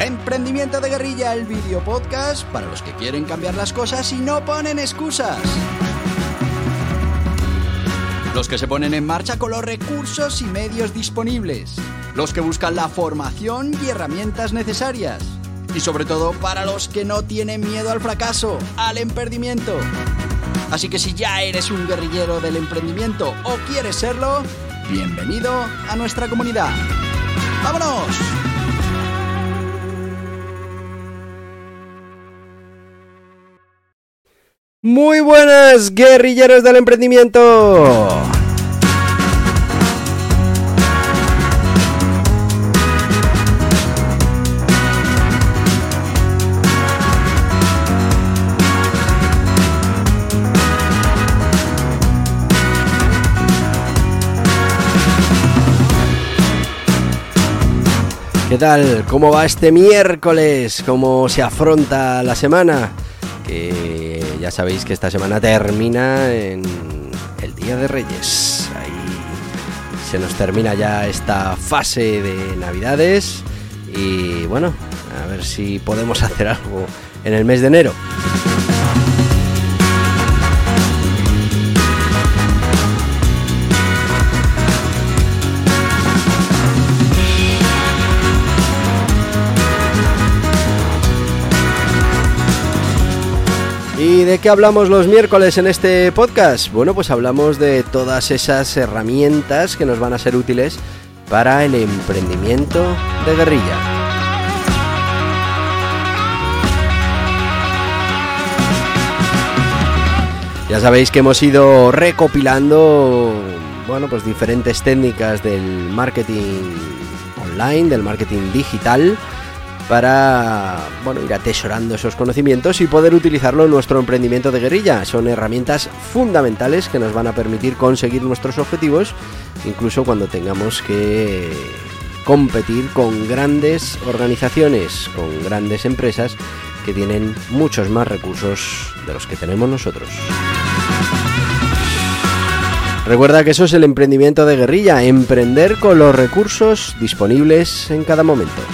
Emprendimiento de Guerrilla, el video podcast para los que quieren cambiar las cosas y no ponen excusas. Los que se ponen en marcha con los recursos y medios disponibles. Los que buscan la formación y herramientas necesarias. Y sobre todo para los que no tienen miedo al fracaso, al emprendimiento. Así que si ya eres un guerrillero del emprendimiento o quieres serlo, bienvenido a nuestra comunidad. ¡Vámonos! Muy buenas, guerrilleros del emprendimiento. ¿Qué tal? ¿Cómo va este miércoles? ¿Cómo se afronta la semana? Que ya sabéis que esta semana termina en el Día de Reyes. Ahí se nos termina ya esta fase de Navidades y bueno, a ver si podemos hacer algo en el mes de enero. ¿Y de qué hablamos los miércoles en este podcast? Bueno, pues hablamos de todas esas herramientas que nos van a ser útiles para el emprendimiento de guerrilla. Ya sabéis que hemos ido recopilando, bueno, pues diferentes técnicas del marketing online, del marketing digital, para, bueno, ir atesorando esos conocimientos y poder utilizarlo en nuestro emprendimiento de guerrilla. Son herramientas fundamentales que nos van a permitir conseguir nuestros objetivos, incluso cuando tengamos que competir con grandes organizaciones, con grandes empresas que tienen muchos más recursos de los que tenemos nosotros. Recuerda que eso es el emprendimiento de guerrilla, emprender con los recursos disponibles en cada momento.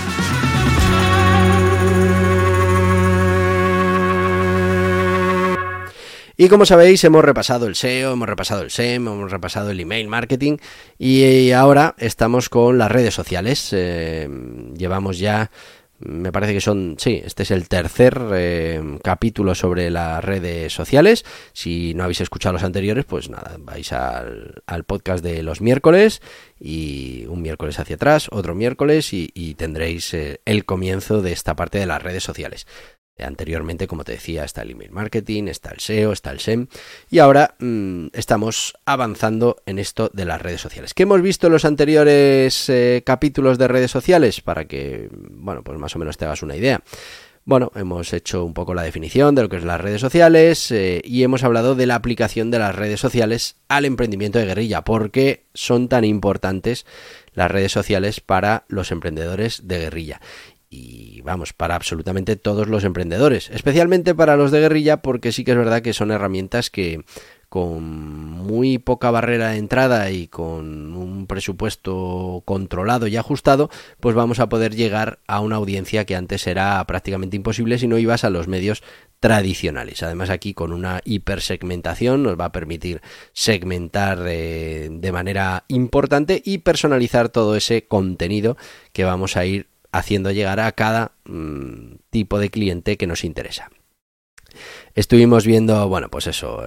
Y como sabéis, hemos repasado el SEO, hemos repasado el SEM, hemos repasado el email marketing y ahora estamos con las redes sociales. Llevamos ya, me parece que este es el tercer capítulo sobre las redes sociales. Si no habéis escuchado los anteriores, pues nada, vais al podcast de los miércoles y un miércoles hacia atrás, otro miércoles y tendréis el comienzo de esta parte de las redes sociales. Anteriormente, como te decía, está el email marketing, está el SEO, está el SEM y ahora estamos avanzando en esto de las redes sociales. ¿Qué hemos visto en los anteriores capítulos de redes sociales? Para que, bueno, pues más o menos te hagas una idea. Bueno, hemos hecho un poco la definición de lo que es las redes sociales y hemos hablado de la aplicación de las redes sociales al emprendimiento de guerrilla. ¿Por qué son tan importantes las redes sociales para los emprendedores de guerrilla? Y vamos, para absolutamente todos los emprendedores, especialmente para los de guerrilla, porque sí que es verdad que son herramientas que con muy poca barrera de entrada y con un presupuesto controlado y ajustado, pues vamos a poder llegar a una audiencia que antes era prácticamente imposible si no ibas a los medios tradicionales. Además, aquí con una hipersegmentación nos va a permitir segmentar de manera importante y personalizar todo ese contenido que vamos a ir haciendo llegar a cada tipo de cliente que nos interesa. Estuvimos viendo, bueno, pues eso,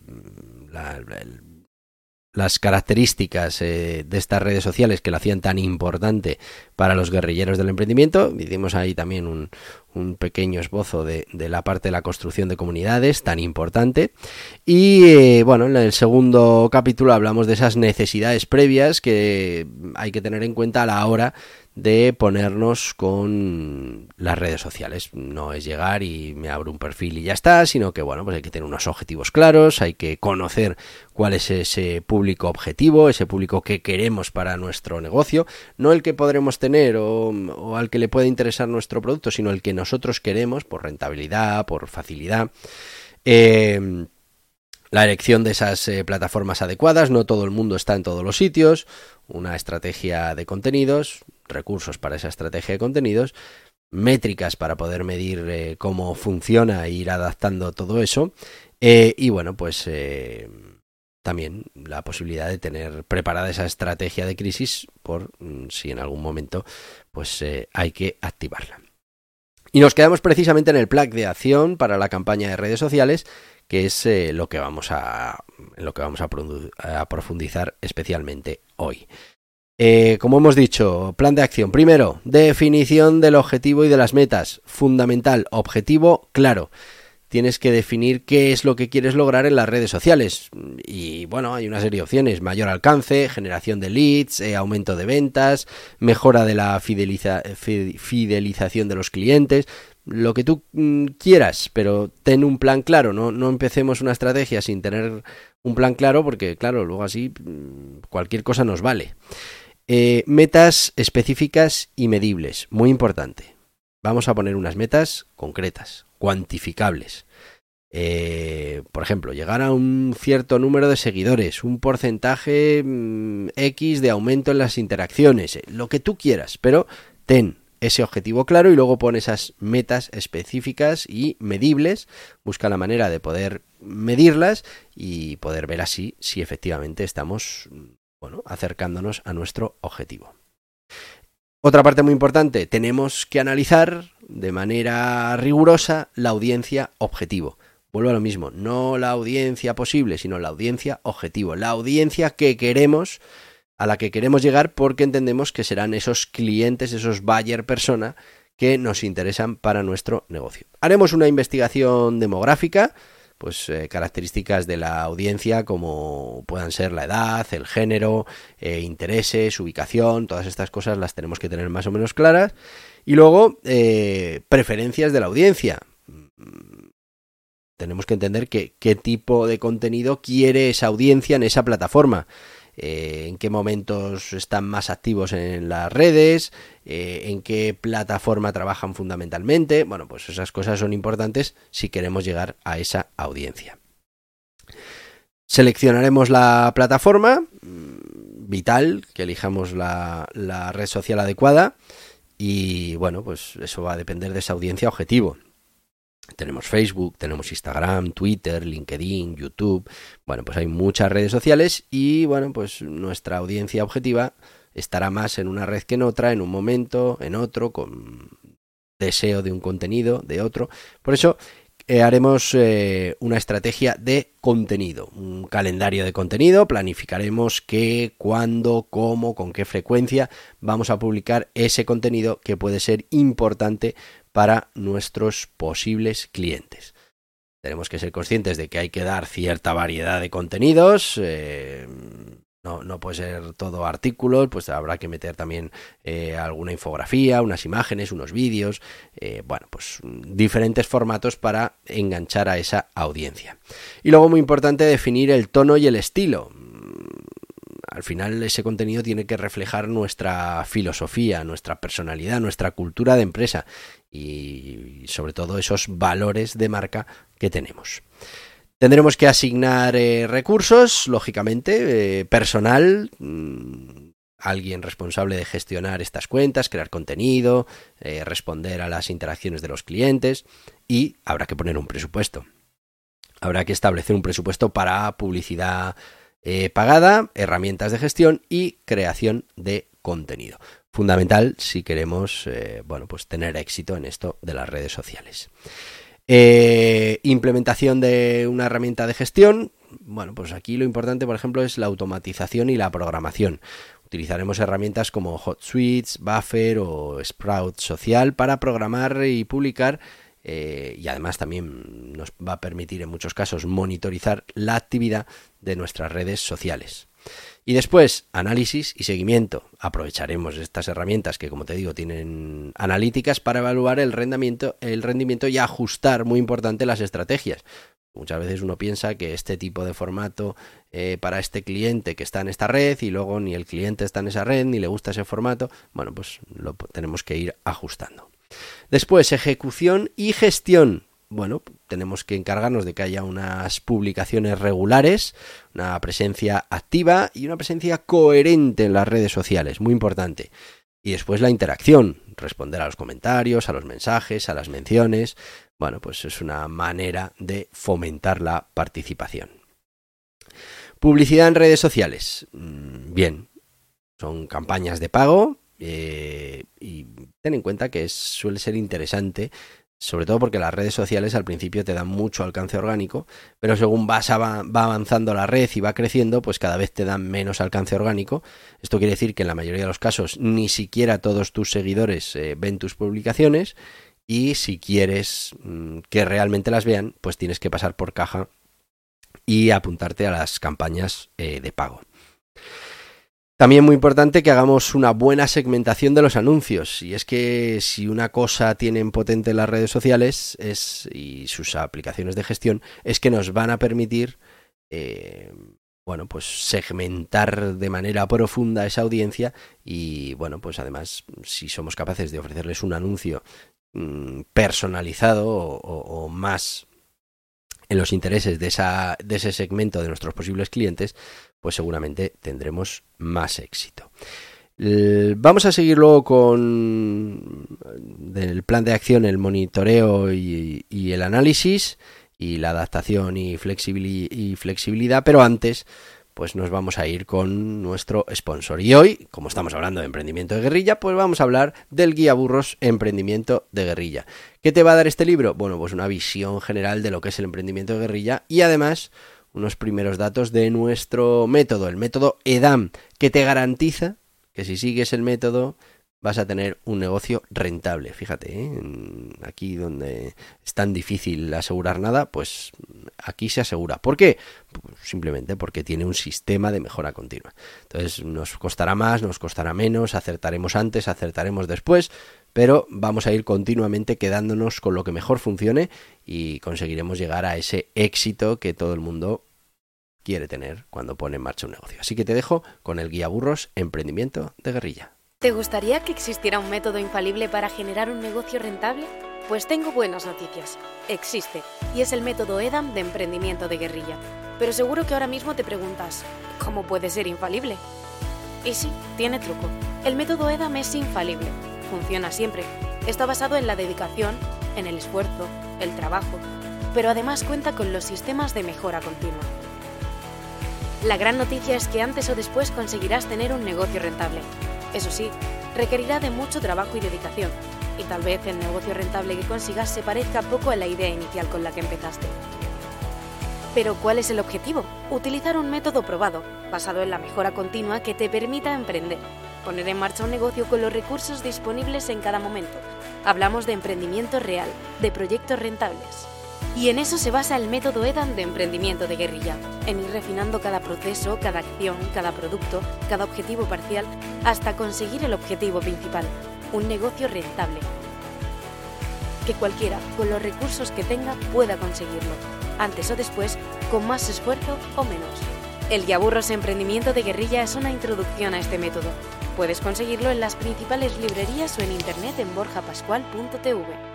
las características de estas redes sociales que lo hacían tan importante para los guerrilleros del emprendimiento. Hicimos ahí también un pequeño esbozo de la parte de la construcción de comunidades tan importante y bueno, en el segundo capítulo hablamos de esas necesidades previas que hay que tener en cuenta a la hora de ponernos con las redes sociales. No es llegar y me abro un perfil y ya está, sino que bueno, pues hay que tener unos objetivos claros, hay que conocer cuál es ese público objetivo, ese público que queremos para nuestro negocio, no el que podremos tener o al que le puede interesar nuestro producto, sino el que nosotros queremos por rentabilidad, por facilidad. La elección de esas plataformas adecuadas, no todo el mundo está en todos los sitios, una estrategia de contenidos, recursos para esa estrategia de contenidos métricas para poder medir cómo funciona e ir adaptando todo eso. Y bueno, pues también la posibilidad de tener preparada esa estrategia de crisis por si en algún momento pues hay que activarla. Y nos quedamos precisamente en el plan de acción para la campaña de redes sociales, que es en lo que vamos a profundizar especialmente hoy. Como hemos dicho, plan de acción. Primero, definición del objetivo y de las metas. Fundamental, objetivo claro. Tienes que definir qué es lo que quieres lograr en las redes sociales. Y bueno, hay una serie de opciones. Mayor alcance, generación de leads, aumento de ventas, mejora de la fidelización de los clientes. Lo que tú quieras, pero ten un plan claro. No empecemos una estrategia sin tener un plan claro, porque claro, luego así cualquier cosa nos vale. Metas específicas y medibles. Muy importante. Vamos a poner unas metas concretas, cuantificables. Por ejemplo, llegar a un cierto número de seguidores, un porcentaje X de aumento en las interacciones, lo que tú quieras, pero ten ese objetivo claro y luego pon esas metas específicas y medibles. Busca la manera de poder medirlas y poder ver así si efectivamente estamos acercándonos a nuestro objetivo. Otra parte muy importante, tenemos que analizar de manera rigurosa la audiencia objetivo. Vuelvo a lo mismo, no la audiencia posible, sino la audiencia objetivo, la audiencia que queremos, a la que queremos llegar porque entendemos que serán esos clientes, esos buyer persona que nos interesan para nuestro negocio. Haremos una investigación demográfica, pues características de la audiencia como puedan ser la edad, el género, intereses, ubicación, todas estas cosas las tenemos que tener más o menos claras. Y luego, preferencias de la audiencia. Tenemos que entender qué tipo de contenido quiere esa audiencia en esa plataforma. En qué momentos están más activos en las redes, en qué plataforma trabajan fundamentalmente. Bueno, pues esas cosas son importantes si queremos llegar a esa audiencia. Seleccionaremos la plataforma, vital que elijamos la red social adecuada y bueno, pues eso va a depender de esa audiencia objetivo. Tenemos Facebook, tenemos Instagram, Twitter, LinkedIn, YouTube. Bueno, pues hay muchas redes sociales y bueno, pues nuestra audiencia objetiva estará más en una red que en otra, en un momento, en otro, con deseo de un contenido, de otro. Por eso haremos una estrategia de contenido, un calendario de contenido, planificaremos qué, cuándo, cómo, con qué frecuencia vamos a publicar ese contenido que puede ser importante para nuestros posibles clientes. Tenemos que ser conscientes de que hay que dar cierta variedad de contenidos, no puede ser todo artículos, pues habrá que meter también alguna infografía, unas imágenes, unos vídeos, bueno, pues diferentes formatos para enganchar a esa audiencia. Y luego muy importante definir el tono y el estilo. Al final ese contenido tiene que reflejar nuestra filosofía, nuestra personalidad, nuestra cultura de empresa y sobre todo esos valores de marca que tenemos. Tendremos que asignar recursos, lógicamente, personal, alguien responsable de gestionar estas cuentas, crear contenido, responder a las interacciones de los clientes y habrá que poner un presupuesto. Habrá que establecer un presupuesto para publicidad pagada, herramientas de gestión y creación de contenido. Fundamental si queremos pues tener éxito en esto de las redes sociales. Implementación de una herramienta de gestión. Bueno, pues aquí lo importante, por ejemplo, es la automatización y la programación. Utilizaremos herramientas como HotSuite, Buffer o Sprout Social para programar y publicar. Y además también nos va a permitir en muchos casos monitorizar la actividad de nuestras redes sociales. Y después, análisis y seguimiento. Aprovecharemos estas herramientas que, como te digo, tienen analíticas para evaluar el rendimiento y ajustar, muy importante, las estrategias. Muchas veces uno piensa que este tipo de formato para este cliente que está en esta red y luego ni el cliente está en esa red ni le gusta ese formato. Bueno, pues lo tenemos que ir ajustando. Después, ejecución y gestión. Bueno, tenemos que encargarnos de que haya unas publicaciones regulares, una presencia activa y una presencia coherente en las redes sociales, muy importante. Y después la interacción. responder a los comentarios, a los mensajes, a las menciones. Bueno, pues es una manera de fomentar la participación. Publicidad en redes sociales. Bien, son campañas de pago y ten en cuenta que suele ser interesante, sobre todo porque las redes sociales al principio te dan mucho alcance orgánico, pero según va avanzando la red y va creciendo, pues cada vez te dan menos alcance orgánico. Esto quiere decir que en la mayoría de los casos ni siquiera todos tus seguidores ven tus publicaciones, y si quieres que realmente las vean, pues tienes que pasar por caja y apuntarte a las campañas de pago. También muy importante que hagamos una buena segmentación de los anuncios, y es que si una cosa tienen potente las redes sociales y sus aplicaciones de gestión, es que nos van a permitir pues segmentar de manera profunda esa audiencia, y bueno, pues además si somos capaces de ofrecerles un anuncio personalizado o más en los intereses de ese segmento de nuestros posibles clientes, pues seguramente tendremos más éxito. Vamos a seguir luego con el plan de acción, el monitoreo y el análisis y la adaptación y flexibilidad, pero antes pues nos vamos a ir con nuestro sponsor. Y hoy, como estamos hablando de emprendimiento de guerrilla, pues vamos a hablar del Guía Burros Emprendimiento de Guerrilla. ¿Qué te va a dar este libro? Bueno, pues una visión general de lo que es el emprendimiento de guerrilla y además unos primeros datos de nuestro método, el método EDAM, que te garantiza que si sigues el método vas a tener un negocio rentable. Fíjate, aquí donde es tan difícil asegurar nada, pues aquí se asegura. ¿Por qué? Pues simplemente porque tiene un sistema de mejora continua. Entonces nos costará más, nos costará menos, acertaremos antes, acertaremos después, pero vamos a ir continuamente quedándonos con lo que mejor funcione y conseguiremos llegar a ese éxito que todo el mundo quiere tener cuando pone en marcha un negocio. Así que te dejo con el Guía Burros Emprendimiento de Guerrilla. ¿Te gustaría que existiera un método infalible para generar un negocio rentable? Pues tengo buenas noticias. Existe, y es el método EDAM de emprendimiento de guerrilla. Pero seguro que ahora mismo te preguntas, ¿cómo puede ser infalible? Y sí, tiene truco. El método EDAM es infalible. Funciona siempre. Está basado en la dedicación, en el esfuerzo, el trabajo, pero además cuenta con los sistemas de mejora continua. La gran noticia es que antes o después conseguirás tener un negocio rentable. Eso sí, requerirá de mucho trabajo y dedicación, y tal vez el negocio rentable que consigas se parezca poco a la idea inicial con la que empezaste. Pero ¿cuál es el objetivo? Utilizar un método probado, basado en la mejora continua que te permita emprender, poner en marcha un negocio con los recursos disponibles en cada momento. Hablamos de emprendimiento real, de proyectos rentables. Y en eso se basa el método EDAM de emprendimiento de guerrilla, en ir refinando cada proceso, cada acción, cada producto, cada objetivo parcial, hasta conseguir el objetivo principal, un negocio rentable. Que cualquiera, con los recursos que tenga, pueda conseguirlo, antes o después, con más esfuerzo o menos. El Guía Burros Emprendimiento de Guerrilla es una introducción a este método. Puedes conseguirlo en las principales librerías o en internet en borjapascual.tv.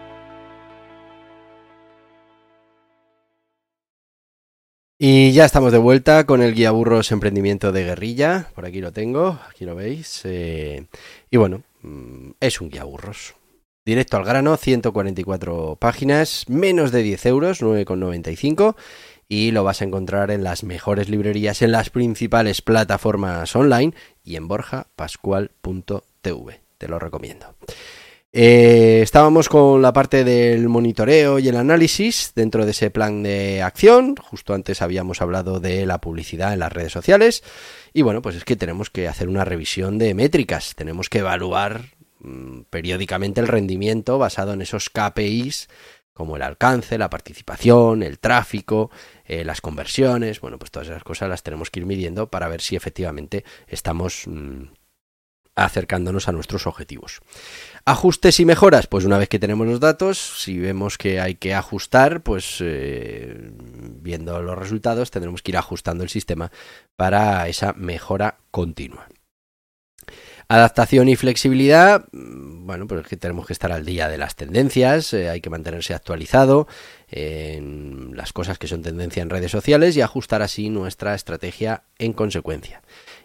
Y ya estamos de vuelta con el Guía Burros Emprendimiento de Guerrilla. Por aquí lo tengo, aquí lo veis. Y bueno, es un guía burros. Directo al grano, 144 páginas, menos de 10 euros, 9,95. Y lo vas a encontrar en las mejores librerías, en las principales plataformas online y en borjapascual.tv. Te lo recomiendo. Estábamos con la parte del monitoreo y el análisis dentro de ese plan de acción. Justo antes habíamos hablado de la publicidad en las redes sociales y bueno, pues es que tenemos que hacer una revisión de métricas, tenemos que evaluar periódicamente el rendimiento basado en esos KPIs como el alcance, la participación, el tráfico, las conversiones. Bueno, pues todas esas cosas las tenemos que ir midiendo para ver si efectivamente estamos acercándonos a nuestros objetivos. Ajustes y mejoras, pues una vez que tenemos los datos, si vemos que hay que ajustar, pues viendo los resultados tendremos que ir ajustando el sistema para esa mejora continua. Adaptación y flexibilidad, bueno, pues es que tenemos que estar al día de las tendencias, hay que mantenerse actualizado en las cosas que son tendencia en redes sociales y ajustar así nuestra estrategia en consecuencia.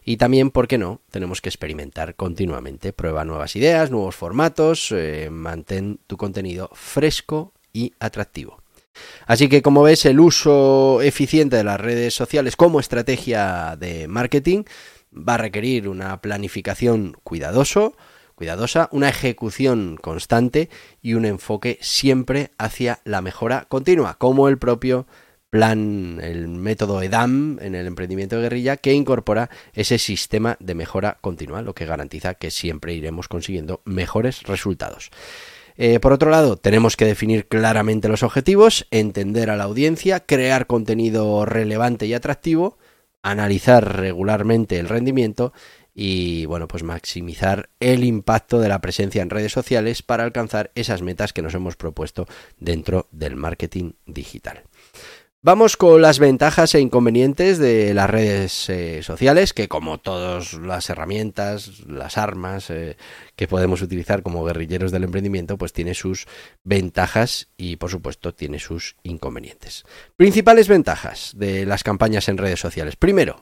Y también, ¿por qué no?, tenemos que experimentar continuamente. Prueba nuevas ideas, nuevos formatos, mantén tu contenido fresco y atractivo. Así que, como ves, el uso eficiente de las redes sociales como estrategia de marketing va a requerir una planificación cuidadosa, una ejecución constante y un enfoque siempre hacia la mejora continua, como el propio plan, el método EDAM en el emprendimiento de guerrilla, que incorpora ese sistema de mejora continua, lo que garantiza que siempre iremos consiguiendo mejores resultados. Por otro lado, tenemos que definir claramente los objetivos, entender a la audiencia, crear contenido relevante y atractivo, analizar regularmente el rendimiento y, bueno, pues maximizar el impacto de la presencia en redes sociales para alcanzar esas metas que nos hemos propuesto dentro del marketing digital. Vamos con las ventajas e inconvenientes de las redes sociales, que como todas las herramientas, las armas que podemos utilizar como guerrilleros del emprendimiento, pues tiene sus ventajas y, por supuesto, tiene sus inconvenientes. Principales ventajas de las campañas en redes sociales. Primero,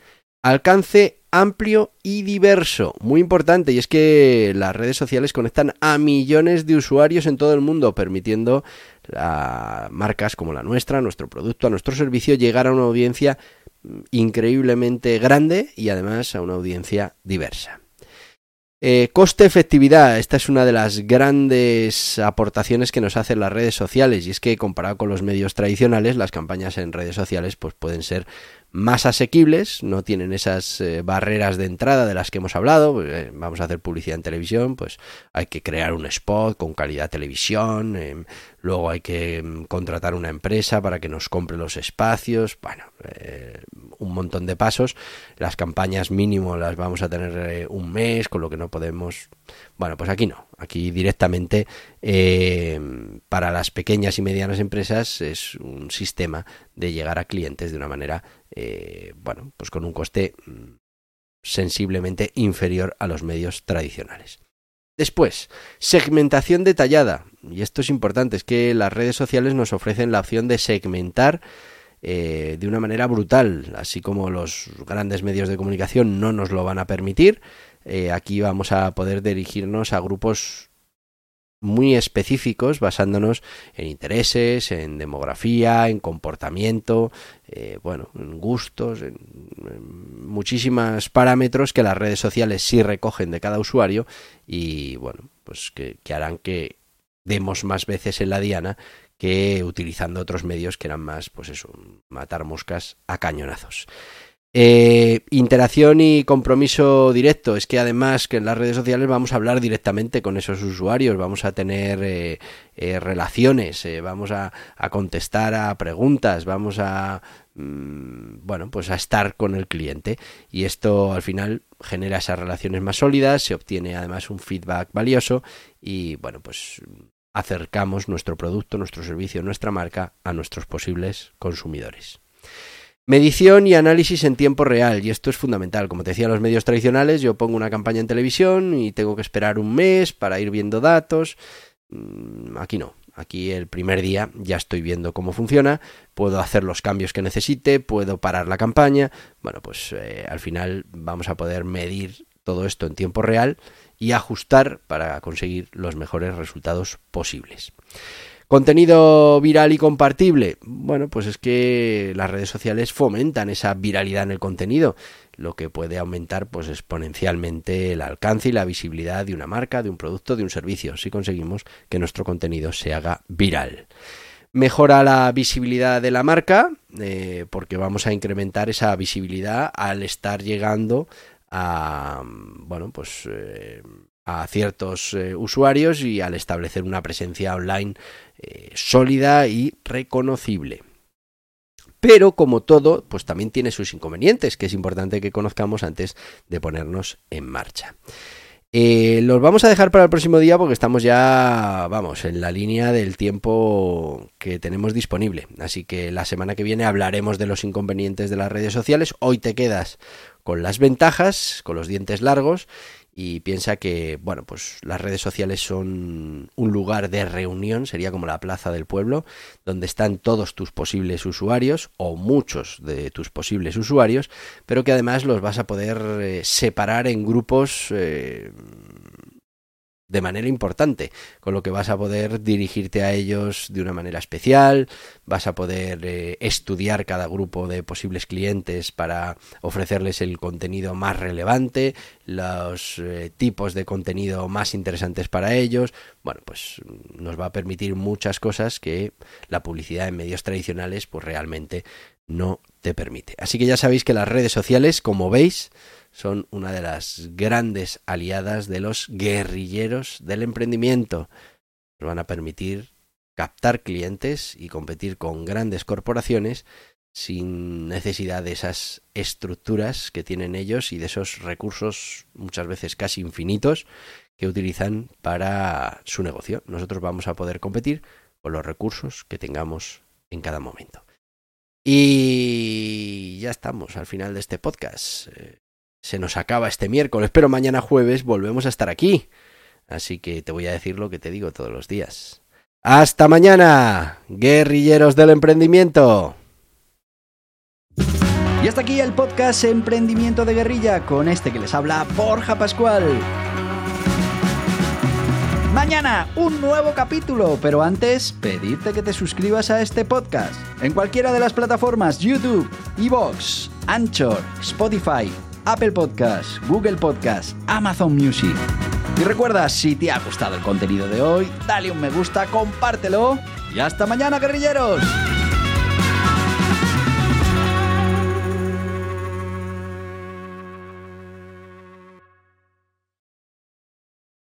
alcance amplio y diverso, muy importante, y es que las redes sociales conectan a millones de usuarios en todo el mundo, permitiendo a marcas como la nuestra, a nuestro producto, a nuestro servicio, llegar a una audiencia increíblemente grande y además a una audiencia diversa. Coste-efectividad, esta es una de las grandes aportaciones que nos hacen las redes sociales, y es que comparado con los medios tradicionales, las campañas en redes sociales pues pueden ser más asequibles, no tienen esas barreras de entrada de las que hemos hablado. Vamos a hacer publicidad en televisión, pues hay que crear un spot con calidad televisión, luego hay que contratar una empresa para que nos compre los espacios, bueno, un montón de pasos. Las campañas mínimo las vamos a tener un mes, con lo que no podemos... Bueno, pues aquí no, aquí directamente para las pequeñas y medianas empresas es un sistema de llegar a clientes de una manera, bueno, pues con un coste sensiblemente inferior a los medios tradicionales. Después, segmentación detallada, y esto es importante, es que las redes sociales nos ofrecen la opción de segmentar de una manera brutal, así como los grandes medios de comunicación no nos lo van a permitir. Aquí vamos a poder dirigirnos a grupos muy específicos, basándonos en intereses, en demografía, en comportamiento, bueno, en gustos, en muchísimos parámetros que las redes sociales sí recogen de cada usuario y, bueno, pues que harán que demos más veces en la diana que utilizando otros medios que eran más, pues eso, matar moscas a cañonazos. Interacción y compromiso directo, es que además que en las redes sociales vamos a hablar directamente con esos usuarios, vamos a tener relaciones, vamos a contestar a preguntas, vamos a bueno, pues a estar con el cliente, y esto al final genera esas relaciones más sólidas, se obtiene además un feedback valioso y, bueno, pues acercamos nuestro producto, nuestro servicio, nuestra marca a nuestros posibles consumidores. Medición y análisis en tiempo real, y esto es fundamental. Como te decía, en los medios tradicionales yo pongo una campaña en televisión y tengo que esperar un mes para ir viendo datos. Aquí no, aquí el primer día ya estoy viendo cómo funciona, puedo hacer los cambios que necesite, puedo parar la campaña. Bueno, pues al final vamos a poder medir todo esto en tiempo real y ajustar para conseguir los mejores resultados posibles. Contenido viral y compartible. Bueno, pues es que las redes sociales fomentan esa viralidad en el contenido, lo que puede aumentar pues exponencialmente el alcance y la visibilidad de una marca, de un producto, de un servicio, si conseguimos que nuestro contenido se haga viral. Mejora la visibilidad de la marca, porque vamos a incrementar esa visibilidad al estar llegando a, bueno, pues a ciertos usuarios y al establecer una presencia online sólida y reconocible. Pero como todo, pues también tiene sus inconvenientes, que es importante que conozcamos antes de ponernos en marcha. Los vamos a dejar para el próximo día porque estamos ya, vamos, en la línea del tiempo que tenemos disponible. Así que la semana que viene hablaremos de los inconvenientes de las redes sociales. Hoy te quedas con las ventajas, con los dientes largos. y piensa que, bueno, pues las redes sociales son un lugar de reunión, sería como la plaza del pueblo, donde están todos tus posibles usuarios o muchos de tus posibles usuarios, pero que además los vas a poder separar en grupos de manera importante, con lo que vas a poder dirigirte a ellos de una manera especial, vas a poder estudiar cada grupo de posibles clientes para ofrecerles el contenido más relevante, los tipos de contenido más interesantes para ellos. Bueno, pues nos va a permitir muchas cosas que la publicidad en medios tradicionales pues realmente no te permite. Así que ya sabéis que las redes sociales, como veis, son una de las grandes aliadas de los guerrilleros del emprendimiento. Nos van a permitir captar clientes y competir con grandes corporaciones sin necesidad de esas estructuras que tienen ellos y de esos recursos muchas veces casi infinitos que utilizan para su negocio. Nosotros vamos a poder competir con los recursos que tengamos en cada momento. Y ya estamos al final de este podcast. Se nos acaba este miércoles, pero mañana jueves volvemos a estar aquí. Así que te voy a decir lo que te digo todos los días. ¡Hasta mañana, guerrilleros del emprendimiento! Y hasta aquí el podcast Emprendimiento de Guerrilla, con este que les habla Borja Pascual. Mañana un nuevo capítulo, pero antes pedirte que te suscribas a este podcast en cualquiera de las plataformas YouTube, iVoox, Anchor, Spotify, Apple Podcasts, Google Podcasts, Amazon Music. Y recuerda, si te ha gustado el contenido de hoy, dale un me gusta, compártelo y hasta mañana, guerrilleros.